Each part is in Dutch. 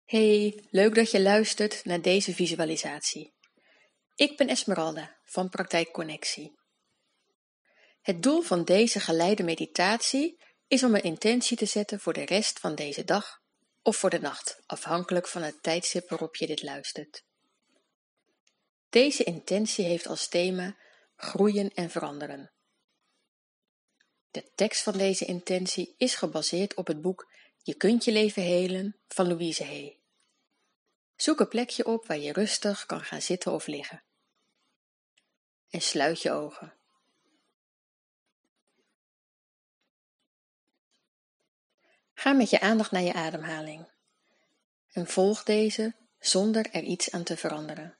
Hey, leuk dat je luistert naar deze visualisatie. Ik ben Esmeralda van Praktijk Connectie. Het doel van deze geleide meditatie is om een intentie te zetten voor de rest van deze dag of voor de nacht, afhankelijk van het tijdstip waarop je dit luistert. Deze intentie heeft als thema groeien en veranderen. De tekst van deze intentie is gebaseerd op het boek Je kunt je leven helen van Louise Hay. Zoek een plekje op waar je rustig kan gaan zitten of liggen. En sluit je ogen. Ga met je aandacht naar je ademhaling. En volg deze zonder er iets aan te veranderen.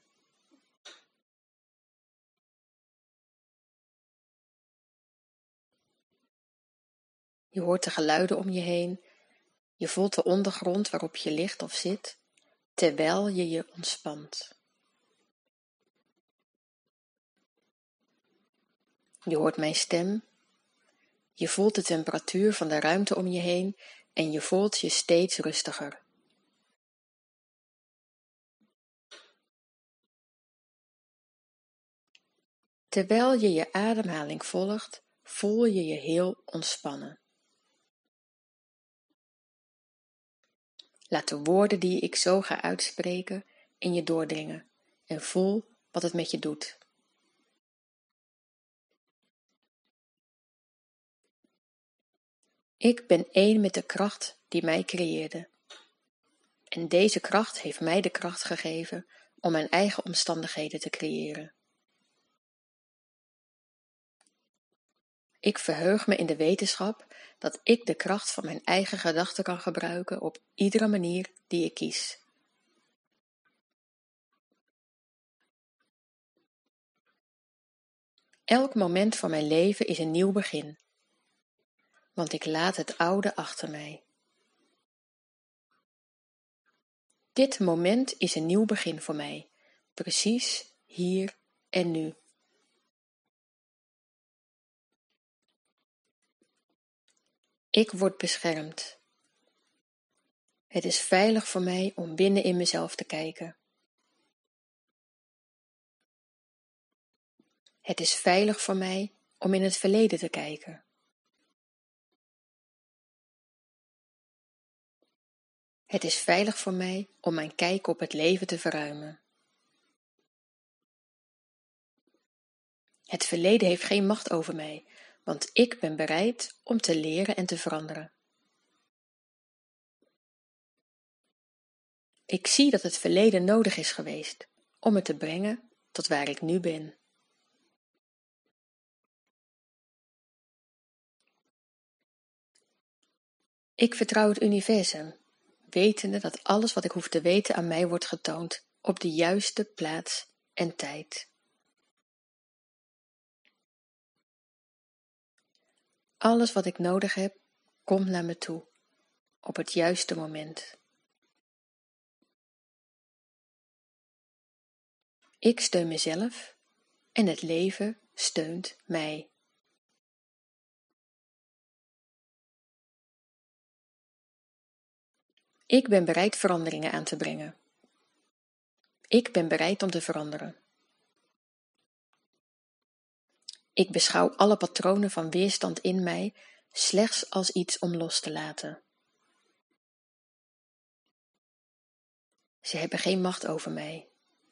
Je hoort de geluiden om je heen. Je voelt de ondergrond waarop je ligt of zit, terwijl je je ontspant. Je hoort mijn stem. Je voelt de temperatuur van de ruimte om je heen en je voelt je steeds rustiger. Terwijl je je ademhaling volgt, voel je je heel ontspannen. Laat de woorden die ik zo ga uitspreken in je doordringen en voel wat het met je doet. Ik ben één met de kracht die mij creëerde. En deze kracht heeft mij de kracht gegeven om mijn eigen omstandigheden te creëren. Ik verheug me in de wetenschap dat ik de kracht van mijn eigen gedachten kan gebruiken op iedere manier die ik kies. Elk moment van mijn leven is een nieuw begin, want ik laat het oude achter mij. Dit moment is een nieuw begin voor mij, precies hier en nu. Ik word beschermd. Het is veilig voor mij om binnen in mezelf te kijken. Het is veilig voor mij om in het verleden te kijken. Het is veilig voor mij om mijn kijk op het leven te verruimen. Het verleden heeft geen macht over mij, want ik ben bereid om te leren en te veranderen. Ik zie dat het verleden nodig is geweest om me te brengen tot waar ik nu ben. Ik vertrouw het universum, wetende dat alles wat ik hoef te weten aan mij wordt getoond op de juiste plaats en tijd. Alles wat ik nodig heb, komt naar me toe, op het juiste moment. Ik steun mezelf en het leven steunt mij. Ik ben bereid veranderingen aan te brengen. Ik ben bereid om te veranderen. Ik beschouw alle patronen van weerstand in mij slechts als iets om los te laten. Ze hebben geen macht over mij.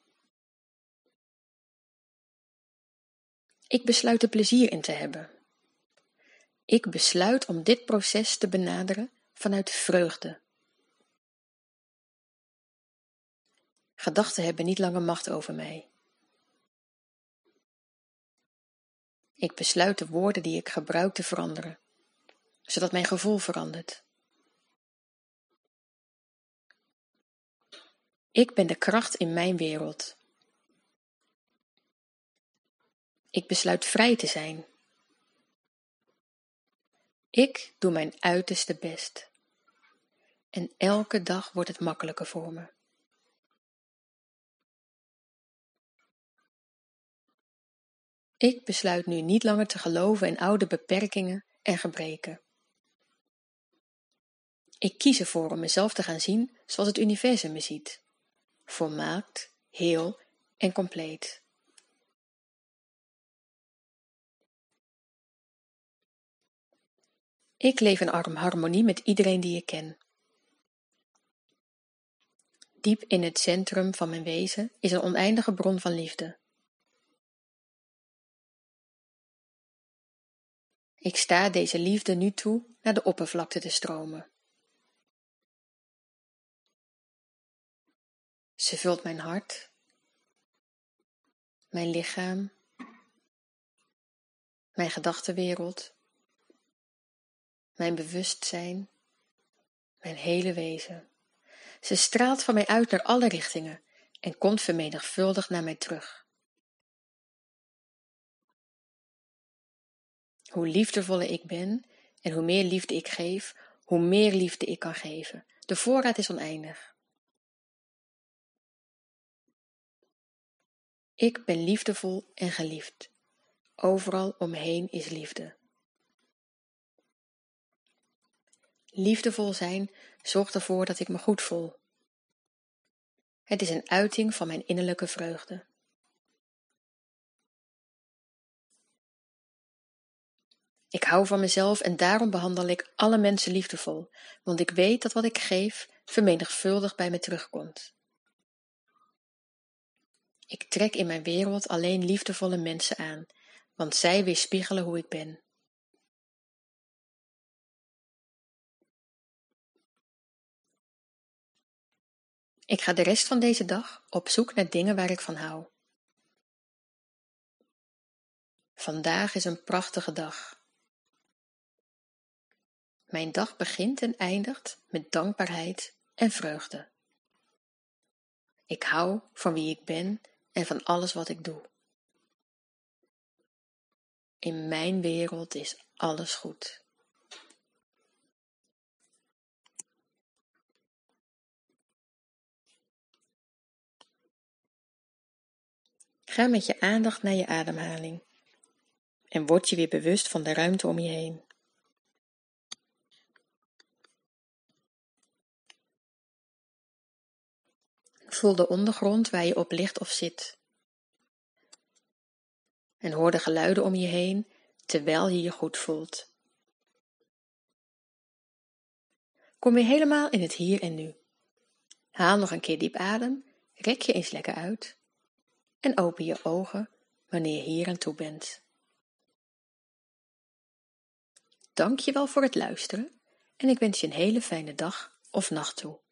Ik besluit er plezier in te hebben. Ik besluit om dit proces te benaderen vanuit vreugde. Gedachten hebben niet langer macht over mij. Ik besluit de woorden die ik gebruik te veranderen, zodat mijn gevoel verandert. Ik ben de kracht in mijn wereld. Ik besluit vrij te zijn. Ik doe mijn uiterste best. En elke dag wordt het makkelijker voor me. Ik besluit nu niet langer te geloven in oude beperkingen en gebreken. Ik kies ervoor om mezelf te gaan zien zoals het universum me ziet. Volmaakt, heel en compleet. Ik leef in harmonie met iedereen die ik ken. Diep in het centrum van mijn wezen is een oneindige bron van liefde. Ik sta deze liefde nu toe naar de oppervlakte te stromen. Ze vult mijn hart, mijn lichaam, mijn gedachtenwereld, mijn bewustzijn, mijn hele wezen. Ze straalt van mij uit naar alle richtingen en komt vermenigvuldigd naar mij terug. Hoe liefdevoller ik ben en hoe meer liefde ik geef, hoe meer liefde ik kan geven. De voorraad is oneindig. Ik ben liefdevol en geliefd. Overal om me heen is liefde. Liefdevol zijn zorgt ervoor dat ik me goed voel. Het is een uiting van mijn innerlijke vreugde. Ik hou van mezelf en daarom behandel ik alle mensen liefdevol, want ik weet dat wat ik geef vermenigvuldigd bij me terugkomt. Ik trek in mijn wereld alleen liefdevolle mensen aan, want zij weerspiegelen hoe ik ben. Ik ga de rest van deze dag op zoek naar dingen waar ik van hou. Vandaag is een prachtige dag. Mijn dag begint en eindigt met dankbaarheid en vreugde. Ik hou van wie ik ben en van alles wat ik doe. In mijn wereld is alles goed. Ga met je aandacht naar je ademhaling en word je weer bewust van de ruimte om je heen. Voel de ondergrond waar je op ligt of zit. En hoor de geluiden om je heen terwijl je je goed voelt. Kom weer helemaal in het hier en nu. Haal nog een keer diep adem, rek je eens lekker uit en open je ogen wanneer je hier aan toe bent. Dank je wel voor het luisteren en ik wens je een hele fijne dag of nacht toe.